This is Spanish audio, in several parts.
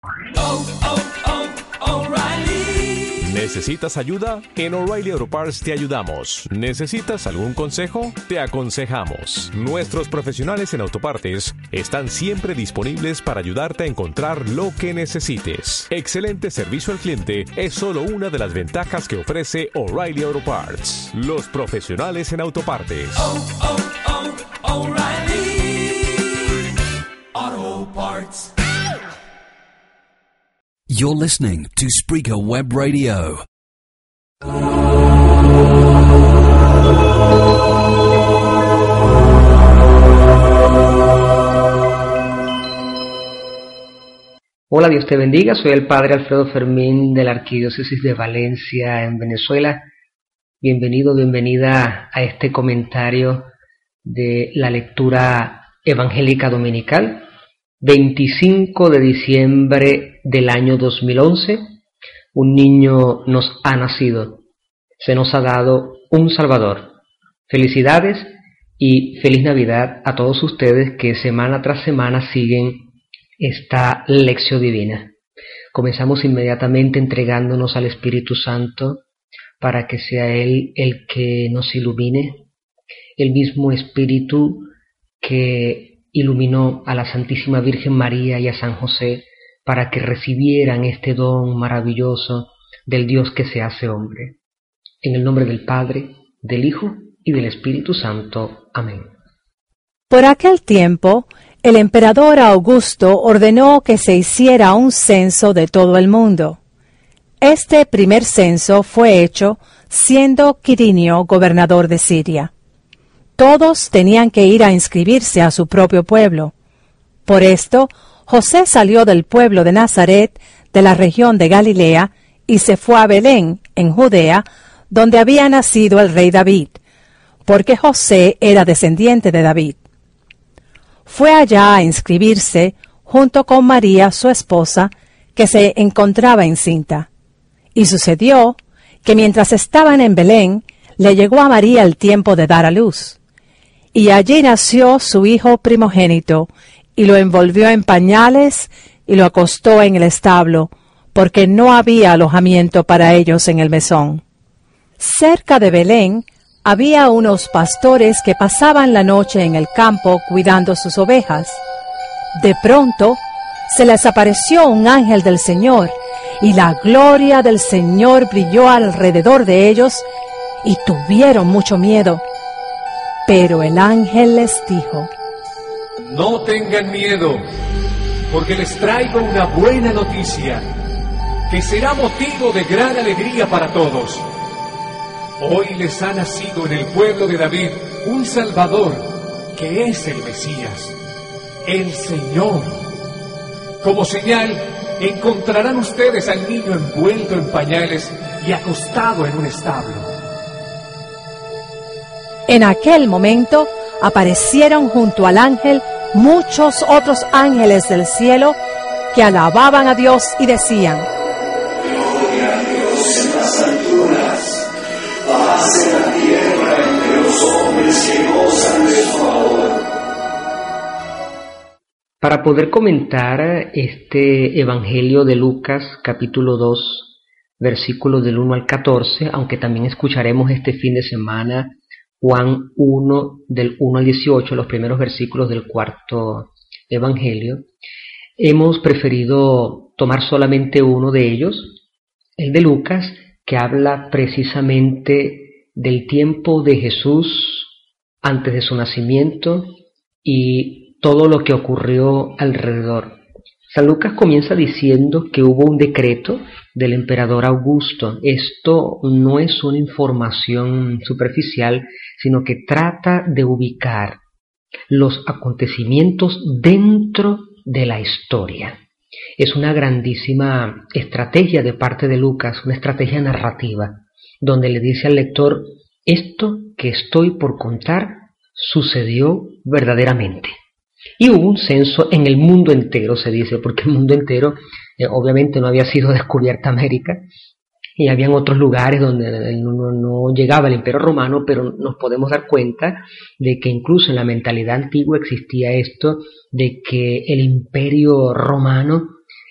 O'Reilly. ¿Necesitas ayuda? En O'Reilly Auto Parts te ayudamos. ¿Necesitas algún consejo? Te aconsejamos. Nuestros profesionales en autopartes están siempre disponibles para ayudarte a encontrar lo que necesites. Excelente servicio al cliente es solo una de las ventajas que ofrece O'Reilly Auto Parts. Los profesionales en autopartes. O'Reilly Auto Parts. You're listening to Spreaker Web Radio. Hola, Dios te bendiga. Soy el Padre Alfredo Fermín de la Arquidiócesis de Valencia, en Venezuela. Bienvenido, bienvenida a este comentario de la lectura evangélica dominical. 25 de diciembre del año 2011, un niño nos ha nacido, se nos ha dado un Salvador. Felicidades y feliz Navidad a todos ustedes que semana tras semana siguen esta lección divina. Comenzamos inmediatamente entregándonos al Espíritu Santo para que sea Él el que nos ilumine, el mismo Espíritu que iluminó a la Santísima Virgen María y a San José para que recibieran este don maravilloso del Dios que se hace hombre. En el nombre del Padre, del Hijo y del Espíritu Santo. Amén. Por aquel tiempo, el emperador Augusto ordenó que se hiciera un censo de todo el mundo. Este primer censo fue hecho siendo Quirinio gobernador de Siria. Todos tenían que ir a inscribirse a su propio pueblo. Por esto, José salió del pueblo de Nazaret, de la región de Galilea, y se fue a Belén, en Judea, donde había nacido el rey David, porque José era descendiente de David. Fue allá a inscribirse junto con María, su esposa, que se encontraba encinta. Y sucedió que mientras estaban en Belén, le llegó a María el tiempo de dar a luz. Y allí nació su hijo primogénito, y lo envolvió en pañales y lo acostó en el establo, porque no había alojamiento para ellos en el mesón. Cerca de Belén había unos pastores que pasaban la noche en el campo cuidando sus ovejas. De pronto se les apareció un ángel del Señor, y la gloria del Señor brilló alrededor de ellos, y tuvieron mucho miedo. Pero el ángel les dijo: No tengan miedo, porque les traigo una buena noticia, que será motivo de gran alegría para todos. Hoy les ha nacido en el pueblo de David un Salvador, que es el Mesías, el Señor. Como señal, encontrarán ustedes al niño envuelto en pañales y acostado en un establo. En aquel momento aparecieron junto al ángel muchos otros ángeles del cielo que alababan a Dios y decían: Gloria a Dios en las alturas, paz en la tierra entre los hombres que gozan de su favor. Para poder comentar este Evangelio de Lucas, capítulo 2, versículos del 1 al 14, aunque también escucharemos este fin de semana Juan 1, del 1 al 18, los primeros versículos del cuarto Evangelio, hemos preferido tomar solamente uno de ellos, el de Lucas, que habla precisamente del tiempo de Jesús antes de su nacimiento y todo lo que ocurrió alrededor. San Lucas comienza diciendo que hubo un decreto del emperador Augusto. Esto no es una información superficial, sino que trata de ubicar los acontecimientos dentro de la historia. Es una grandísima estrategia de parte de Lucas, una estrategia narrativa, donde le dice al lector: esto que estoy por contar sucedió verdaderamente. Y hubo un censo en el mundo entero, se dice, porque el mundo entero obviamente no había sido descubierta América, y habían otros lugares donde no llegaba el Imperio Romano, pero nos podemos dar cuenta de que incluso en la mentalidad antigua existía esto de que el Imperio Romano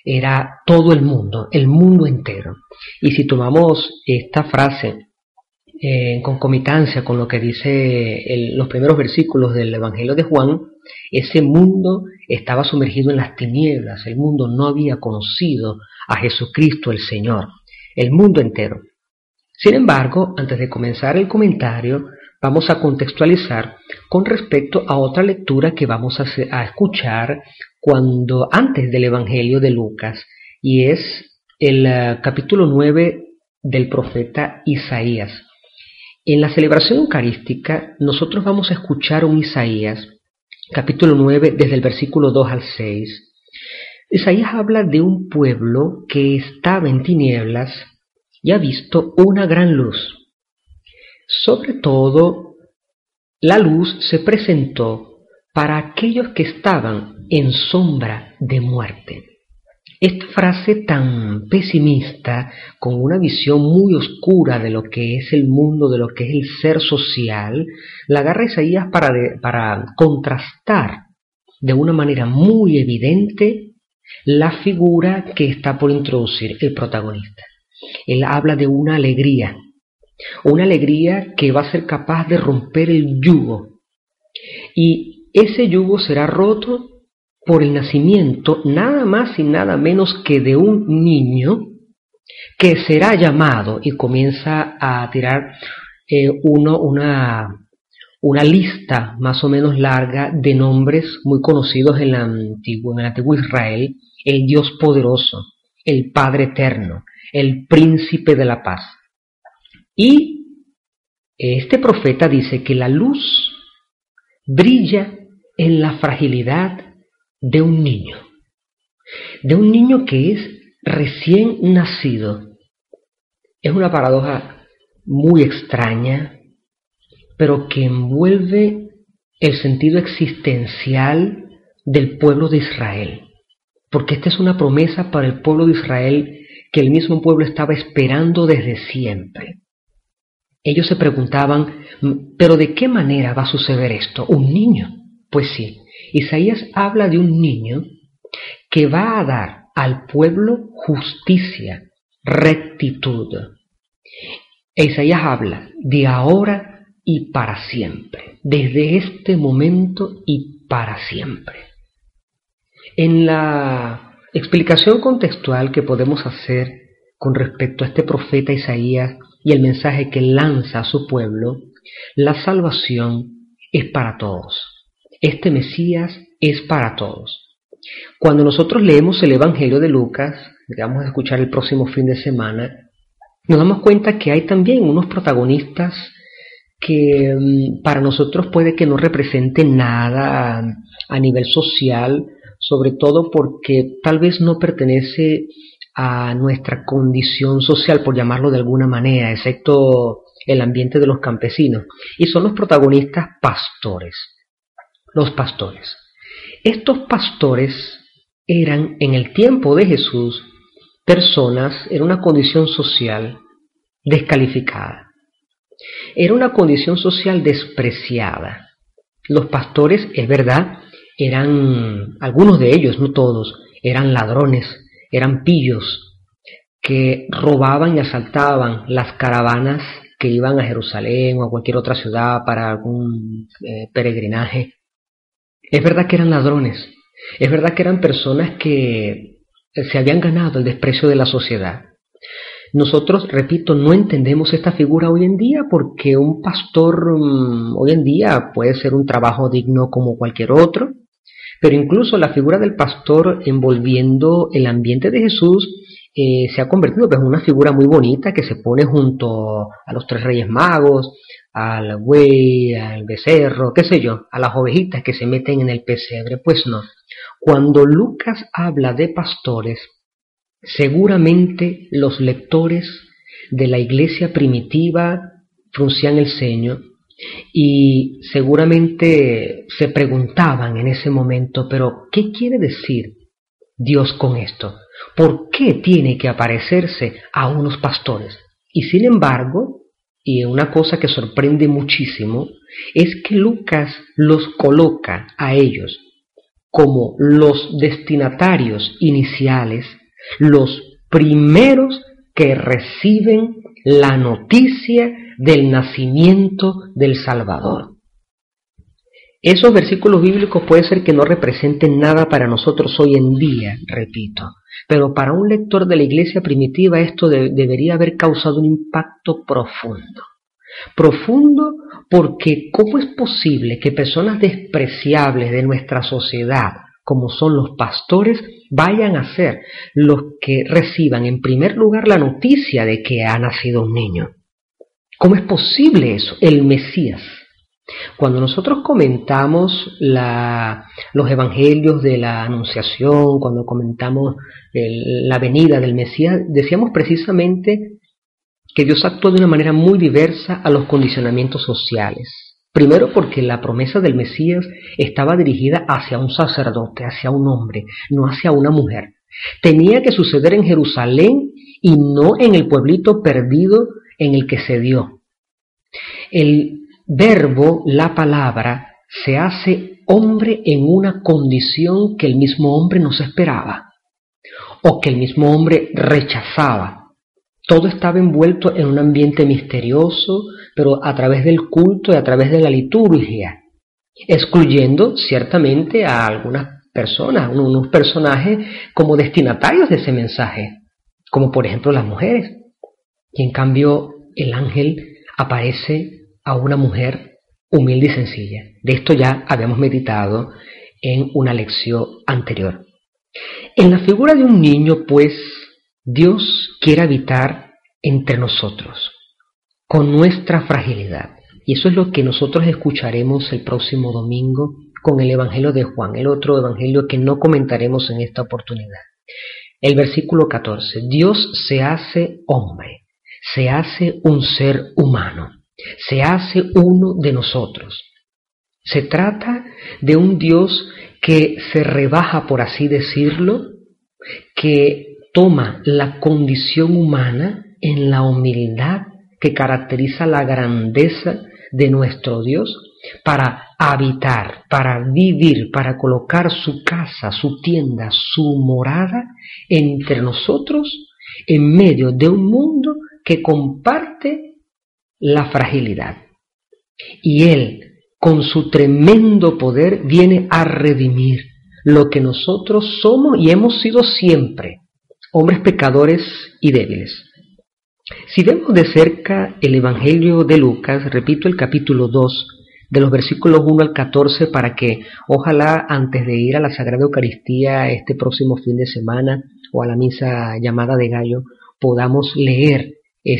era todo el mundo entero. Y si tomamos esta frase en concomitancia con lo que dice los primeros versículos del Evangelio de Juan, ese mundo estaba sumergido en las tinieblas, el mundo no había conocido a Jesucristo el Señor, el mundo entero. Sin embargo, antes de comenzar el comentario, vamos a contextualizar con respecto a otra lectura que vamos a escuchar antes del Evangelio de Lucas, y es el capítulo 9 del profeta Isaías. En la celebración eucarística, nosotros vamos a escuchar un Isaías, capítulo 9, desde el versículo 2 al 6. Isaías habla de un pueblo que estaba en tinieblas y ha visto una gran luz. Sobre todo, la luz se presentó para aquellos que estaban en sombra de muerte. Esta frase tan pesimista, con una visión muy oscura de lo que es el mundo, de lo que es el ser social, la agarra Isaías para contrastar de una manera muy evidente la figura que está por introducir el protagonista. Él habla de una alegría que va a ser capaz de romper el yugo, y ese yugo será roto por el nacimiento nada más y nada menos que de un niño que será llamado, y comienza a tirar una lista más o menos larga de nombres muy conocidos en el antiguo Israel: el Dios poderoso, el Padre eterno, el Príncipe de la paz. Y este profeta dice que la luz brilla en la fragilidad de un niño que es recién nacido. Es una paradoja muy extraña, pero que envuelve el sentido existencial del pueblo de Israel, porque esta es una promesa para el pueblo de Israel que el mismo pueblo estaba esperando desde siempre. Ellos se preguntaban, ¿pero de qué manera va a suceder esto? ¿Un niño? Pues sí, Isaías habla de un niño que va a dar al pueblo justicia, rectitud. Isaías habla de ahora y para siempre, desde este momento y para siempre. En la explicación contextual que podemos hacer con respecto a este profeta Isaías y el mensaje que lanza a su pueblo, la salvación es para todos. Este Mesías es para todos. Cuando nosotros leemos el Evangelio de Lucas, que vamos a escuchar el próximo fin de semana, nos damos cuenta que hay también unos protagonistas que para nosotros puede que no representen nada a nivel social, sobre todo porque tal vez no pertenece a nuestra condición social, por llamarlo de alguna manera, excepto el ambiente de los campesinos, y son los protagonistas pastores. Los pastores. Estos pastores eran, en el tiempo de Jesús, personas en una condición social descalificada. Era una condición social despreciada. Los pastores, es verdad, eran, algunos de ellos, no todos, eran ladrones, eran pillos que robaban y asaltaban las caravanas que iban a Jerusalén o a cualquier otra ciudad para algún peregrinaje. Es verdad que eran ladrones, es verdad que eran personas que se habían ganado el desprecio de la sociedad. Nosotros, repito, no entendemos esta figura hoy en día porque un pastor hoy en día puede ser un trabajo digno como cualquier otro, pero incluso la figura del pastor envolviendo el ambiente de Jesús se ha convertido en una figura muy bonita que se pone junto a los 3 reyes magos, al buey, al becerro, qué sé yo, a las ovejitas que se meten en el pesebre. Pues no, cuando Lucas habla de pastores, seguramente los lectores de la iglesia primitiva fruncían el ceño y seguramente se preguntaban en ese momento, pero ¿qué quiere decir Dios con esto? ¿Por qué tiene que aparecerse a unos pastores? Y sin embargo, y una cosa que sorprende muchísimo, es que Lucas los coloca a ellos como los destinatarios iniciales los primeros que reciben la noticia del nacimiento del Salvador. Esos versículos bíblicos puede ser que no representen nada para nosotros hoy en día, repito, pero para un lector de la iglesia primitiva esto debería haber causado un impacto profundo. Profundo porque ¿cómo es posible que personas despreciables de nuestra sociedad, como son los pastores, vayan a ser los que reciban en primer lugar la noticia de que ha nacido un niño? ¿Cómo es posible eso? El Mesías. Cuando nosotros comentamos los evangelios de la Anunciación, cuando comentamos la venida del Mesías, decíamos precisamente que Dios actuó de una manera muy diversa a los condicionamientos sociales. Primero porque la promesa del Mesías estaba dirigida hacia un sacerdote, hacia un hombre, no hacia una mujer. Tenía que suceder en Jerusalén y no en el pueblito perdido en el que se dio. El verbo, la palabra, se hace hombre en una condición que el mismo hombre no se esperaba o que el mismo hombre rechazaba. Todo estaba envuelto en un ambiente misterioso, pero a través del culto y a través de la liturgia, excluyendo ciertamente a algunas personas, unos personajes como destinatarios de ese mensaje, como por ejemplo las mujeres. Y en cambio el ángel aparece a una mujer humilde y sencilla. De esto ya habíamos meditado en una lección anterior. En la figura de un niño, pues, Dios quiere habitar entre nosotros, con nuestra fragilidad. Y eso es lo que nosotros escucharemos el próximo domingo con el Evangelio de Juan, el otro evangelio que no comentaremos en esta oportunidad. El versículo 14, Dios se hace hombre, se hace un ser humano, se hace uno de nosotros. Se trata de un Dios que se rebaja, por así decirlo, que toma la condición humana en la humildad que caracteriza la grandeza de nuestro Dios para habitar, para vivir, para colocar su casa, su tienda, su morada entre nosotros en medio de un mundo que comparte la fragilidad. Y Él, con su tremendo poder, viene a redimir lo que nosotros somos y hemos sido siempre, hombres pecadores y débiles. Si vemos de cerca el Evangelio de Lucas, repito el capítulo 2, de los versículos 1 al 14, para que ojalá antes de ir a la Sagrada Eucaristía este próximo fin de semana o a la misa llamada de gallo, podamos leer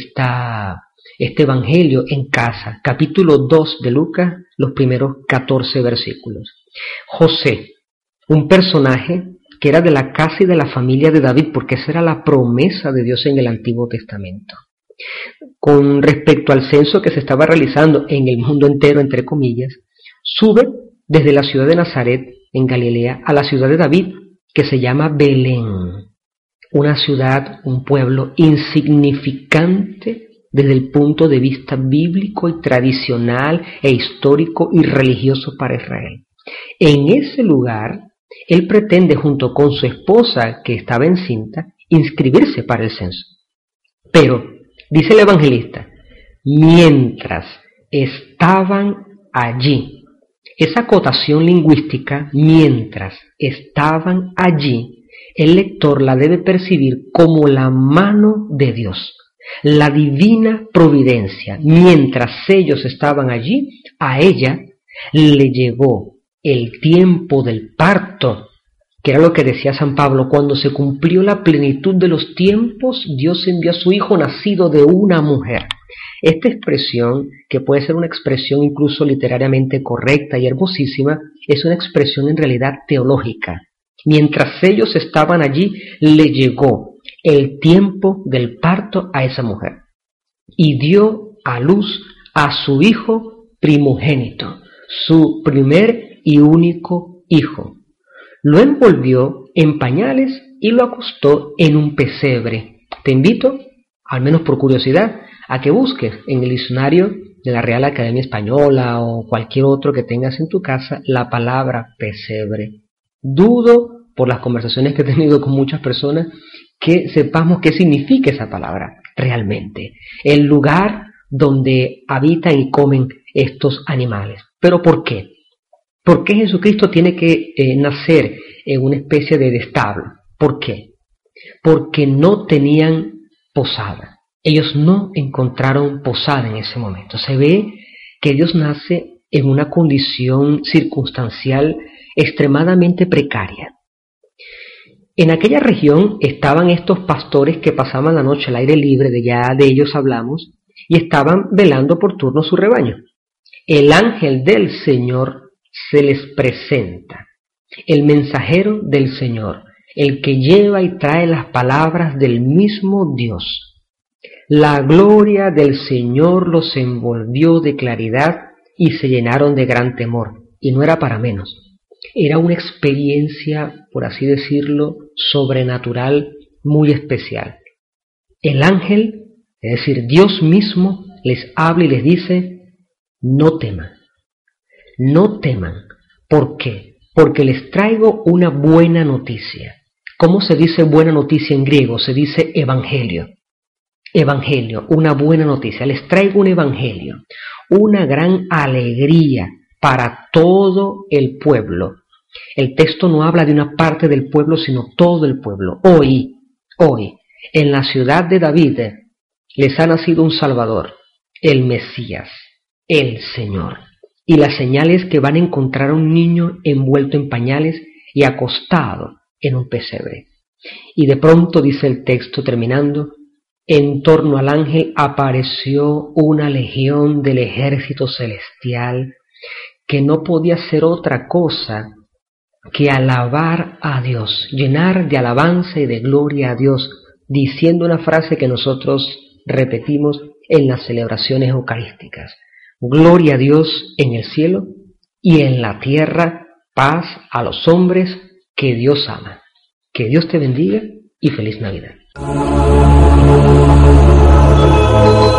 este Evangelio en casa. Capítulo 2 de Lucas, los primeros 14 versículos. José, un personaje que era de la casa y de la familia de David, porque esa era la promesa de Dios en el Antiguo Testamento. Con respecto al censo que se estaba realizando en el mundo entero, entre comillas, sube desde la ciudad de Nazaret, en Galilea, a la ciudad de David, que se llama Belén. Una ciudad, un pueblo insignificante desde el punto de vista bíblico y tradicional e histórico y religioso para Israel. En ese lugar, él pretende, junto con su esposa que estaba encinta, inscribirse para el censo. Pero, dice el evangelista, mientras estaban allí, esa acotación lingüística, mientras estaban allí, el lector la debe percibir como la mano de Dios, la divina providencia. Mientras ellos estaban allí, a ella le llegó el tiempo del parto, que era lo que decía San Pablo, cuando se cumplió la plenitud de los tiempos, Dios envió a su hijo nacido de una mujer. Esta expresión, que puede ser una expresión incluso literariamente correcta y hermosísima, es una expresión en realidad teológica. Mientras ellos estaban allí, le llegó el tiempo del parto a esa mujer y dio a luz a su hijo primogénito, su primer y único hijo. Lo envolvió en pañales y lo acostó en un pesebre. Te invito, al menos por curiosidad, a que busques en el diccionario de la Real Academia Española o cualquier otro que tengas en tu casa la palabra pesebre. Dudo, por las conversaciones que he tenido con muchas personas, que sepamos qué significa esa palabra realmente. El lugar donde habitan y comen estos animales. ¿Pero por qué? ¿Por qué Jesucristo tiene que nacer en una especie de establo? ¿Por qué? Porque no tenían posada. Ellos no encontraron posada en ese momento. Se ve que Dios nace en una condición circunstancial extremadamente precaria. En aquella región estaban estos pastores que pasaban la noche al aire libre, de ellos hablamos, y estaban velando por turno su rebaño. El ángel del Señor se les presenta, el mensajero del Señor, el que lleva y trae las palabras del mismo Dios. La gloria del Señor los envolvió de claridad y se llenaron de gran temor. Y no era para menos. Era una experiencia, por así decirlo, sobrenatural muy especial. El ángel, es decir, Dios mismo, les habla y les dice: no teman, no teman. ¿Por qué? Porque les traigo una buena noticia. ¿Cómo se dice buena noticia en griego? Se dice evangelio. Evangelio, una buena noticia. Les traigo un evangelio, una gran alegría para todo el pueblo. El texto no habla de una parte del pueblo, sino todo el pueblo. Hoy, en la ciudad de David, les ha nacido un Salvador, el Mesías, el Señor. Y la señal es que van a encontrar a un niño envuelto en pañales y acostado en un pesebre. Y de pronto, dice el texto terminando, en torno al ángel apareció una legión del ejército celestial que no podía hacer otra cosa que alabar a Dios, llenar de alabanza y de gloria a Dios, diciendo una frase que nosotros repetimos en las celebraciones eucarísticas: gloria a Dios en el cielo y en la tierra paz a los hombres que Dios ama. Que Dios te bendiga y feliz Navidad.